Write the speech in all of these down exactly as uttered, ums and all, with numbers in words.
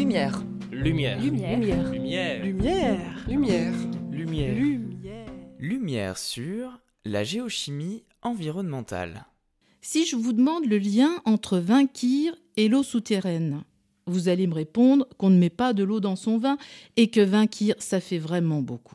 Lumière. Lumière. Lumière. Lumière. Lumière. Lumière. Lumière. Lumière. Lumière. Lumière sur la géochimie environnementale. Si je vous demande le lien entre vin Kyr et l'eau souterraine, vous allez me répondre qu'on ne met pas de l'eau dans son vin et que vin Kyr, ça fait vraiment beaucoup.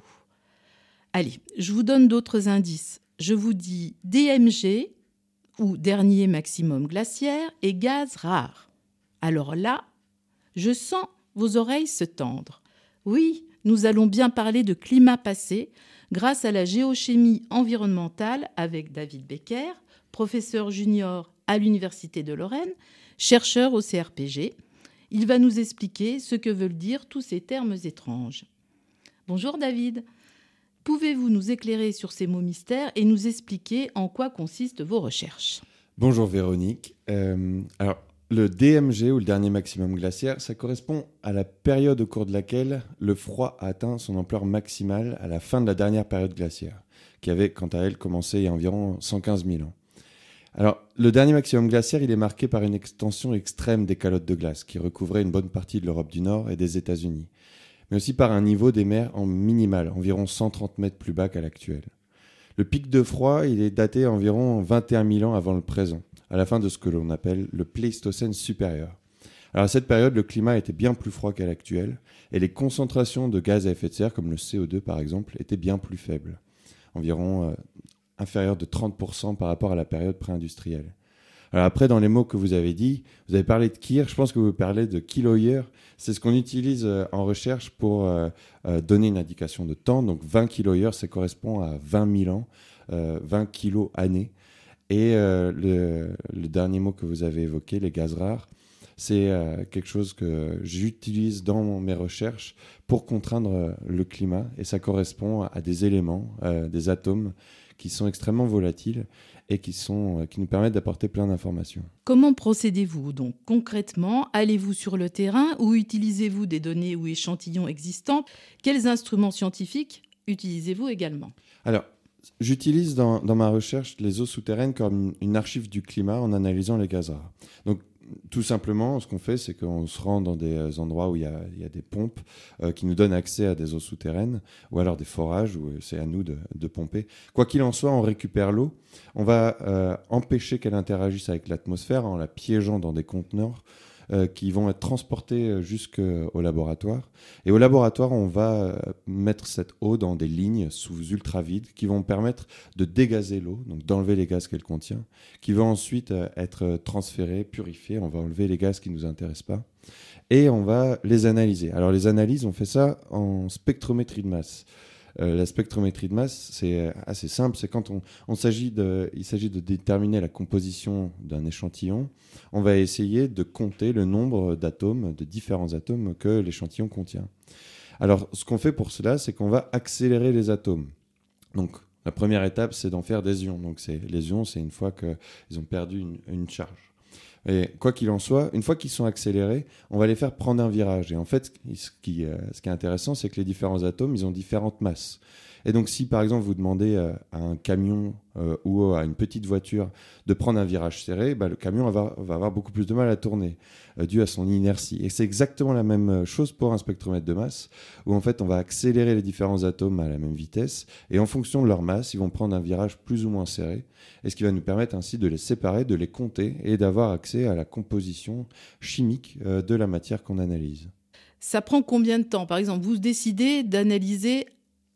Allez, je vous donne d'autres indices. Je vous dis D M G, ou dernier maximum glaciaire, et gaz rare. Alors là, je sens vos oreilles se tendre. Oui, nous allons bien parler de climat passé grâce à la géochimie environnementale avec David Becker, professeur junior à l'Université de Lorraine, chercheur au C R P G. Il va nous expliquer ce que veulent dire tous ces termes étranges. Bonjour David. Pouvez-vous nous éclairer sur ces mots mystères et nous expliquer en quoi consistent vos recherches ? Bonjour Véronique. Euh, alors, le D M G, ou le dernier maximum glaciaire, ça correspond à la période au cours de laquelle le froid a atteint son ampleur maximale à la fin de la dernière période glaciaire, qui avait quant à elle commencé il y a environ cent quinze mille ans. Alors, le dernier maximum glaciaire, il est marqué par une extension extrême des calottes de glace qui recouvraient une bonne partie de l'Europe du Nord et des États-Unis, mais aussi par un niveau des mers en minimal, environ cent trente mètres plus bas qu'à l'actuel. Le pic de froid, il est daté environ vingt et un mille ans avant le présent, à la fin de ce que l'on appelle le Pléistocène supérieur. Alors à cette période, le climat était bien plus froid qu'à l'actuel, et les concentrations de gaz à effet de serre, comme le C O deux par exemple, étaient bien plus faibles, environ euh, inférieures de trente pour cent par rapport à la période pré-industrielle. Alors après, dans les mots que vous avez dit, vous avez parlé de Kyr, je pense que vous parlez de kiloyear. C'est ce qu'on utilise en recherche pour euh, euh, donner une indication de temps. Donc vingt kiloyear, ça correspond à vingt mille ans, euh, vingt kilos année. Et euh, le, le dernier mot que vous avez évoqué, les gaz rares, c'est euh, quelque chose que j'utilise dans mes recherches pour contraindre le climat. Et ça correspond à des éléments, euh, des atomes qui sont extrêmement volatiles et qui, sont, qui nous permettent d'apporter plein d'informations. Comment procédez-vous donc concrètement ? Allez-vous sur le terrain ou utilisez-vous des données ou échantillons existants ? Quels instruments scientifiques utilisez-vous également ? Alors, j'utilise dans, dans ma recherche les eaux souterraines comme une archive du climat en analysant les gaz rares. Donc, tout simplement, ce qu'on fait, c'est qu'on se rend dans des endroits où il y a, il y a des pompes euh, qui nous donnent accès à des eaux souterraines, ou alors des forages où c'est à nous de, de pomper. Quoi qu'il en soit, on récupère l'eau. On va euh, empêcher qu'elle interagisse avec l'atmosphère en la piégeant dans des conteneurs euh, qui vont être transportés jusqu'au laboratoire. Et au laboratoire, on va mettre cette eau dans des lignes sous ultravide qui vont permettre de dégazer l'eau, donc d'enlever les gaz qu'elle contient, qui vont ensuite être transférés, purifiés. On va enlever les gaz qui ne nous intéressent pas et on va les analyser. Alors les analyses, on fait ça en spectrométrie de masse. Euh, la spectrométrie de masse, c'est assez simple. C'est quand on, on s'agit de, il s'agit de déterminer la composition d'un échantillon. On va essayer de compter le nombre d'atomes, de différents atomes que l'échantillon contient. Alors, ce qu'on fait pour cela, c'est qu'on va accélérer les atomes. Donc, la première étape, c'est d'en faire des ions. Donc, c'est, les ions, c'est une fois qu'ils ont perdu une, une charge. Et quoi qu'il en soit, une fois qu'ils sont accélérés, on va les faire prendre un virage. Et en fait, ce qui, euh, ce qui est intéressant, c'est que les différents atomes, ils ont différentes masses. Et donc, si par exemple vous demandez euh, à un camion euh, ou à une petite voiture de prendre un virage serré, bah, le camion va, va avoir beaucoup plus de mal à tourner euh, dû à son inertie. Et c'est exactement la même chose pour un spectromètre de masse, où en fait on va accélérer les différents atomes à la même vitesse, et en fonction de leur masse, ils vont prendre un virage plus ou moins serré, et ce qui va nous permettre ainsi de les séparer, de les compter et d'avoir accès à la composition chimique euh, de la matière qu'on analyse. Ça prend combien de temps ? Par exemple, vous décidez d'analyser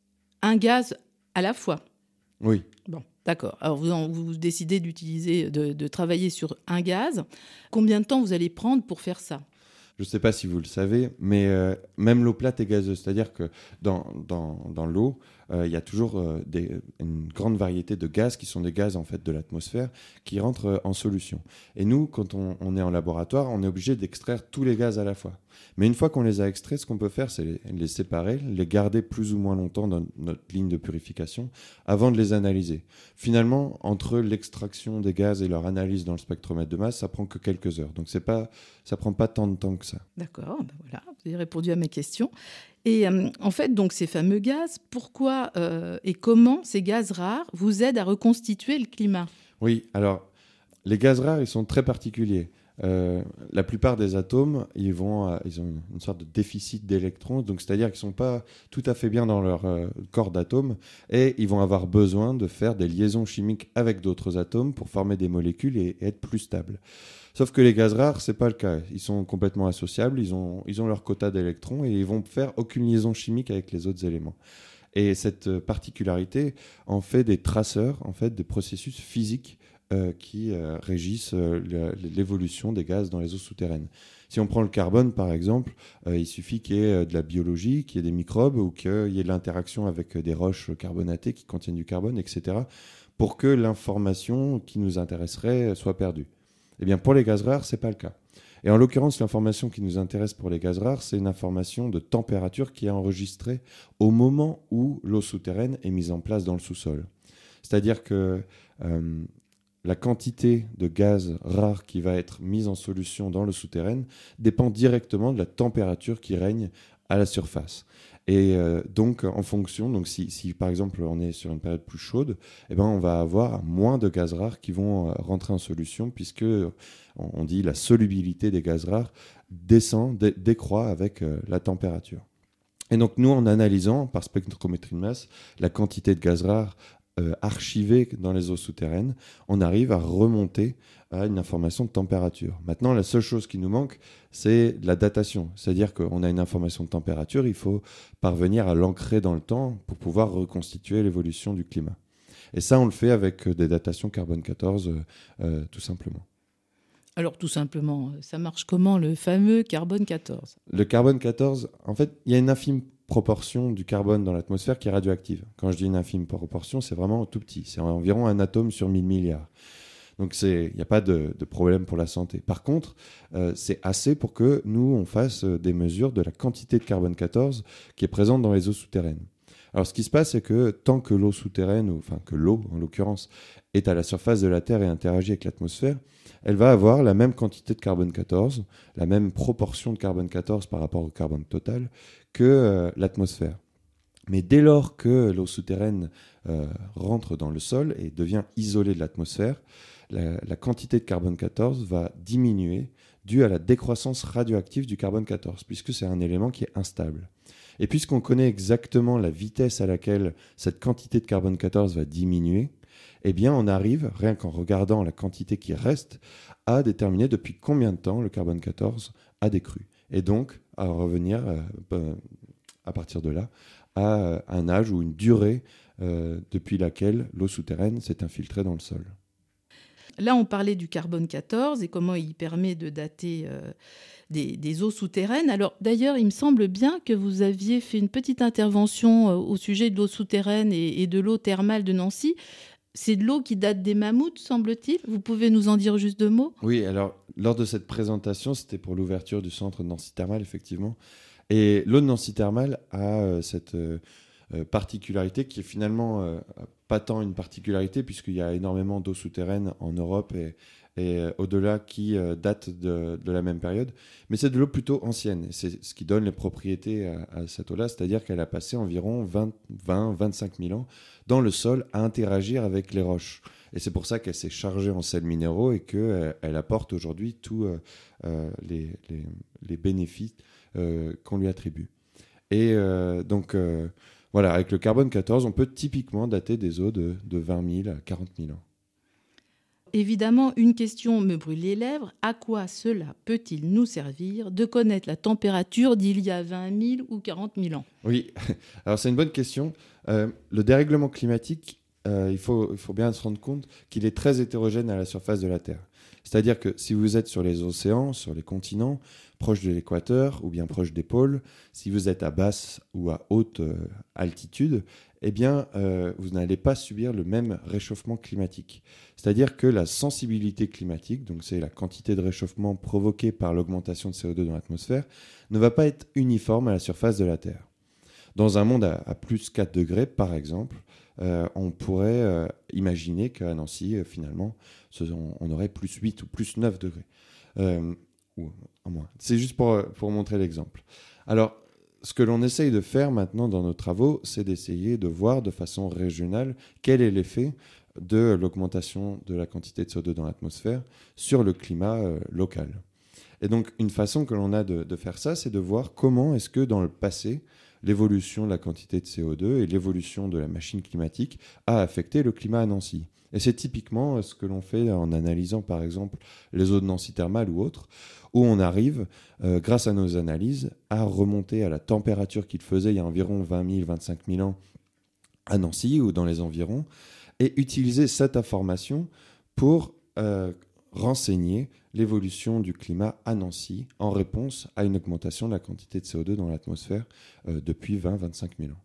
un gaz à la fois. Oui. Bon, d'accord. Alors, vous, en, vous décidez d'utiliser, de, de travailler sur un gaz. Combien de temps vous allez prendre pour faire ça ? Je ne sais pas si vous le savez, mais euh, même l'eau plate est gazeuse. C'est-à-dire que dans, dans, dans l'eau, euh, il y a toujours euh, des, une grande variété de gaz qui sont des gaz en fait, de l'atmosphère qui rentrent euh, en solution. Et nous, quand on, on est en laboratoire, on est obligé d'extraire tous les gaz à la fois. Mais une fois qu'on les a extraits, ce qu'on peut faire, c'est les, les séparer, les garder plus ou moins longtemps dans notre ligne de purification avant de les analyser. Finalement, entre l'extraction des gaz et leur analyse dans le spectromètre de masse, ça prend que quelques heures. Donc c'est pas, ça prend pas tant de temps que ça. D'accord, ben voilà, vous avez répondu à mes questions. Et euh, en fait, donc ces fameux gaz, pourquoi euh, et comment ces gaz rares vous aident à reconstituer le climat ? Oui, alors les gaz rares, ils sont très particuliers. euh, la plupart des atomes, ils, vont, euh, ils ont une, une sorte de déficit d'électrons, donc c'est-à-dire qu'ils ne sont pas tout à fait bien dans leur euh, corps d'atomes, et ils vont avoir besoin de faire des liaisons chimiques avec d'autres atomes pour former des molécules et, et être plus stables. Sauf que les gaz rares, ce n'est pas le cas. Ils sont complètement associables, ils ont, ils ont leur quota d'électrons, et ils ne vont faire aucune liaison chimique avec les autres éléments. Et cette particularité en fait des traceurs, en fait, des processus physiques Euh, qui euh, régissent euh, l'évolution des gaz dans les eaux souterraines. Si on prend le carbone, par exemple, euh, il suffit qu'il y ait de la biologie, qu'il y ait des microbes ou qu'il y ait de l'interaction avec des roches carbonatées qui contiennent du carbone, et cetera, pour que l'information qui nous intéresserait soit perdue. Eh bien, pour les gaz rares, ce n'est pas le cas. Et en l'occurrence, l'information qui nous intéresse pour les gaz rares, c'est une information de température qui est enregistrée au moment où l'eau souterraine est mise en place dans le sous-sol. C'est-à-dire que euh, la quantité de gaz rare qui va être mise en solution dans le souterrain dépend directement de la température qui règne à la surface. Et euh, donc, en fonction, donc si, si par exemple on est sur une période plus chaude, eh ben, on va avoir moins de gaz rares qui vont euh, rentrer en solution, puisque on, on dit la solubilité des gaz rares descend, dé- décroît avec euh, la température. Et donc nous, en analysant par spectrométrie de masse la quantité de gaz rares Euh, archivés dans les eaux souterraines, on arrive à remonter à une information de température. Maintenant, la seule chose qui nous manque, c'est la datation. C'est-à-dire qu'on a une information de température, il faut parvenir à l'ancrer dans le temps pour pouvoir reconstituer l'évolution du climat. Et ça, on le fait avec des datations carbone quatorze, euh, euh, tout simplement. Alors, tout simplement, ça marche comment, le fameux carbone quatorze ? Le carbone quatorze, en fait, il y a une infime proportion du carbone dans l'atmosphère qui est radioactive. Quand je dis une infime proportion, c'est vraiment tout petit. C'est environ un atome sur mille milliards. Donc, il n'y a pas de, de problème pour la santé. Par contre, euh, c'est assez pour que nous, on fasse des mesures de la quantité de carbone quatorze qui est présente dans les eaux souterraines. Alors, ce qui se passe, c'est que tant que l'eau souterraine, ou, enfin que l'eau, en l'occurrence, est à la surface de la Terre et interagit avec l'atmosphère, elle va avoir la même quantité de carbone quatorze, la même proportion de carbone quatorze par rapport au carbone total que euh, l'atmosphère. Mais dès lors que l'eau souterraine euh, rentre dans le sol et devient isolée de l'atmosphère, la, la quantité de carbone quatorze va diminuer due à la décroissance radioactive du carbone quatorze, puisque c'est un élément qui est instable. Et puisqu'on connaît exactement la vitesse à laquelle cette quantité de carbone quatorze va diminuer, eh bien on arrive, rien qu'en regardant la quantité qui reste, à déterminer depuis combien de temps le carbone quatorze a décru. Et donc à revenir, euh, à partir de là, à un âge ou une durée euh, depuis laquelle l'eau souterraine s'est infiltrée dans le sol. Là, on parlait du carbone quatorze et comment il permet de dater euh, des, des eaux souterraines. Alors, d'ailleurs, il me semble bien que vous aviez fait une petite intervention euh, au sujet de l'eau souterraine et, et de l'eau thermale de Nancy. C'est de l'eau qui date des mammouths, semble-t-il. Vous pouvez nous en dire juste deux mots ? Oui, alors, lors de cette présentation, c'était pour l'ouverture du centre de Nancy Thermal, effectivement. Et l'eau de Nancy Thermal a euh, cette euh, particularité qui est finalement euh, pas tant une particularité, puisqu'il y a énormément d'eau souterraine en Europe et, et euh, au-delà qui euh, datent de, de la même période. Mais c'est de l'eau plutôt ancienne. Et c'est ce qui donne les propriétés à, à cette eau-là, c'est-à-dire qu'elle a passé environ vingt, vingt, vingt-cinq mille ans dans le sol à interagir avec les roches. Et c'est pour ça qu'elle s'est chargée en sels minéraux et qu'elle euh, elle apporte aujourd'hui tous euh, euh, les, les, les bénéfices euh, qu'on lui attribue. Et euh, donc, euh, voilà, avec le carbone quatorze, on peut typiquement dater des eaux de, de vingt mille à quarante mille ans. Évidemment, une question me brûle les lèvres. À quoi cela peut-il nous servir de connaître la température d'il y a vingt mille ou quarante mille ans ? Oui, alors c'est une bonne question. Euh, le dérèglement climatique, euh, il faut, il faut bien se rendre compte qu'il est très hétérogène à la surface de la Terre. C'est-à-dire que si vous êtes sur les océans, sur les continents, proches de l'équateur ou bien proches des pôles, si vous êtes à basse ou à haute euh, altitude, eh bien, euh, vous n'allez pas subir le même réchauffement climatique. C'est-à-dire que la sensibilité climatique, donc c'est la quantité de réchauffement provoquée par l'augmentation de C O deux dans l'atmosphère, ne va pas être uniforme à la surface de la Terre. Dans un monde à, à plus quatre degrés, par exemple, euh, on pourrait euh, imaginer qu'à Nancy, euh, finalement, ce, on, on aurait plus huit ou plus neuf degrés. Euh, ou en moins. C'est juste pour, pour montrer l'exemple. Alors, ce que l'on essaye de faire maintenant dans nos travaux, c'est d'essayer de voir de façon régionale quel est l'effet de l'augmentation de la quantité de C O deux dans l'atmosphère sur le climat euh, local. Et donc, une façon que l'on a de, de faire ça, c'est de voir comment est-ce que dans le passé, l'évolution de la quantité de C O deux et l'évolution de la machine climatique a affecté le climat à Nancy. Et c'est typiquement ce que l'on fait en analysant, par exemple, les eaux de Nancy thermales ou autres, où on arrive, euh, grâce à nos analyses, à remonter à la température qu'il faisait il y a environ vingt mille, vingt-cinq mille ans à Nancy ou dans les environs, et utiliser cette information pour euh, renseigner l'évolution du climat à Nancy en réponse à une augmentation de la quantité de C O deux dans l'atmosphère euh, depuis vingt à vingt-cinq mille ans.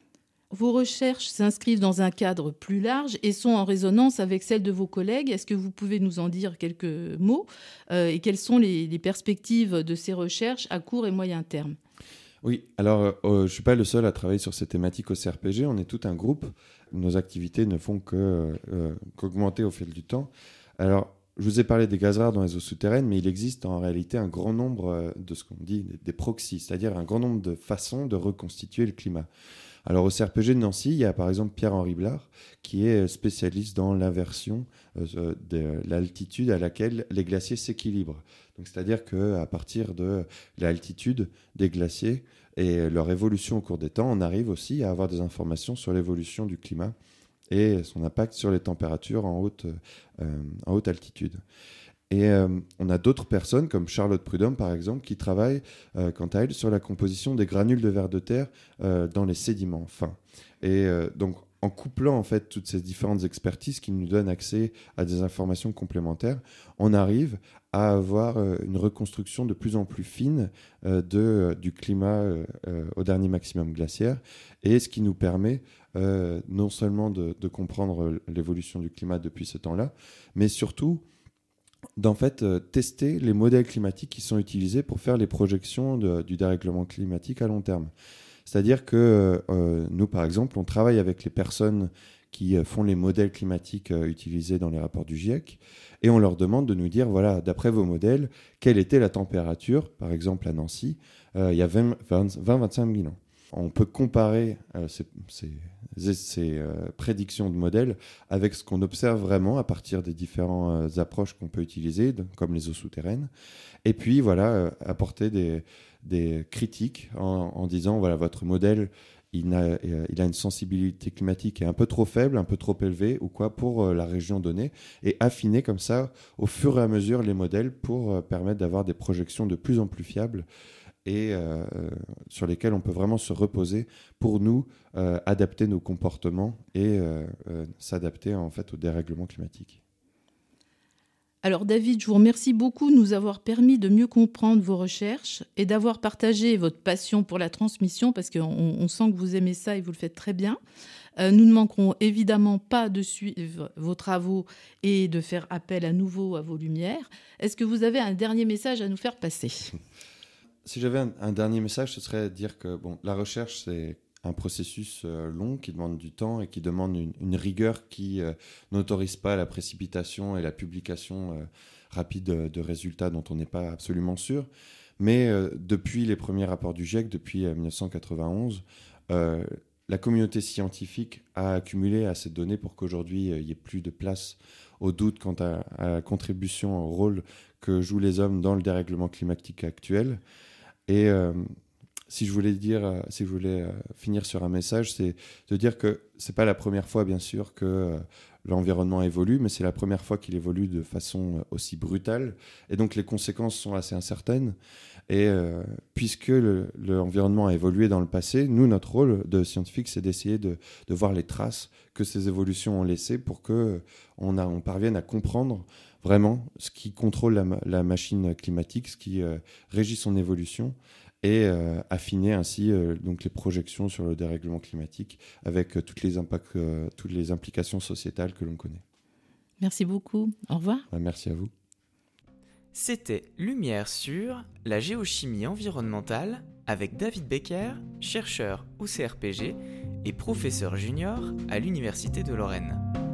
Vos recherches s'inscrivent dans un cadre plus large et sont en résonance avec celles de vos collègues. Est-ce que vous pouvez nous en dire quelques mots euh, et quelles sont les, les perspectives de ces recherches à court et moyen terme ? Oui, alors euh, je ne suis pas le seul à travailler sur ces thématiques au C R P G, on est tout un groupe. Nos activités ne font que, euh, qu'augmenter au fil du temps. Alors, je vous ai parlé des gaz rares dans les eaux souterraines, mais il existe en réalité un grand nombre de ce qu'on dit des proxys, c'est-à-dire un grand nombre de façons de reconstituer le climat. Alors au C R P G de Nancy, il y a par exemple Pierre-Henri Blard, qui est spécialiste dans l'inversion euh, de l'altitude à laquelle les glaciers s'équilibrent. Donc, c'est-à-dire qu'à partir de l'altitude des glaciers et leur évolution au cours des temps, on arrive aussi à avoir des informations sur l'évolution du climat et son impact sur les températures en haute, euh, en haute altitude. Et euh, on a d'autres personnes, comme Charlotte Prudhomme, par exemple, qui travaillent, euh, quant à elle, sur la composition des granules de vers de terre euh, dans les sédiments fins. Et euh, donc, en couplant en fait toutes ces différentes expertises qui nous donnent accès à des informations complémentaires, on arrive à avoir euh, une reconstruction de plus en plus fine euh, de, euh, du climat euh, euh, au dernier maximum glaciaire, et ce qui nous permet euh, non seulement de, de comprendre l'évolution du climat depuis ce temps-là, mais surtout d'en fait euh, tester les modèles climatiques qui sont utilisés pour faire les projections de, du dérèglement climatique à long terme. C'est-à-dire que euh, nous, par exemple, on travaille avec les personnes qui euh, font les modèles climatiques euh, utilisés dans les rapports du GIEC, et on leur demande de nous dire, voilà, d'après vos modèles, quelle était la température, par exemple à Nancy, euh, il y a vingt à vingt-cinq mille ans. On peut comparer euh, ces, ces, ces euh, prédictions de modèles avec ce qu'on observe vraiment à partir des différentes euh, approches qu'on peut utiliser, de, comme les eaux souterraines, et puis voilà, euh, apporter des, des critiques en, en disant, voilà, votre modèle, il a, euh, il a une sensibilité climatique qui est un peu trop faible, un peu trop élevée, ou quoi, pour euh, la région donnée, et affiner comme ça, au fur et à mesure, les modèles pour euh, permettre d'avoir des projections de plus en plus fiables et euh, sur lesquels on peut vraiment se reposer pour nous euh, adapter nos comportements et euh, euh, s'adapter en fait au dérèglement climatique. Alors David, je vous remercie beaucoup de nous avoir permis de mieux comprendre vos recherches et d'avoir partagé votre passion pour la transmission, parce qu'on on sent que vous aimez ça et vous le faites très bien. Euh, nous ne manquerons évidemment pas de suivre vos travaux et de faire appel à nouveau à vos lumières. Est-ce que vous avez un dernier message à nous faire passer ? Si j'avais un, un dernier message, ce serait de dire que bon, la recherche, c'est un processus euh, long qui demande du temps et qui demande une, une rigueur qui euh, n'autorise pas la précipitation et la publication euh, rapide de, de résultats dont on n'est pas absolument sûr. Mais euh, depuis les premiers rapports du GIEC, depuis euh, dix-neuf cent quatre-vingt-onze, euh, la communauté scientifique a accumulé assez de données pour qu'aujourd'hui, euh, il n'y ait plus de place au doute quant à, à la contribution au rôle que jouent les hommes dans le dérèglement climatique actuel. Et euh, si je voulais dire, euh, si je voulais euh, finir sur un message, c'est de dire que c'est pas la première fois, bien sûr, que euh, l'environnement évolue, mais c'est la première fois qu'il évolue de façon aussi brutale. Et donc les conséquences sont assez incertaines. Et euh, puisque le, l'environnement a évolué dans le passé, nous, notre rôle de scientifique, c'est d'essayer de, de voir les traces que ces évolutions ont laissées pour qu'on on parvienne à comprendre vraiment ce qui contrôle la, la machine climatique, ce qui euh, régit son évolution, et euh, affiner ainsi euh, donc les projections sur le dérèglement climatique avec euh, toutes, les impacts, euh, toutes les implications sociétales que l'on connaît. Merci beaucoup. Au revoir. Merci à vous. C'était Lumière sur la géochimie environnementale avec David Becker, chercheur au C R P G et professeur junior à l'Université de Lorraine.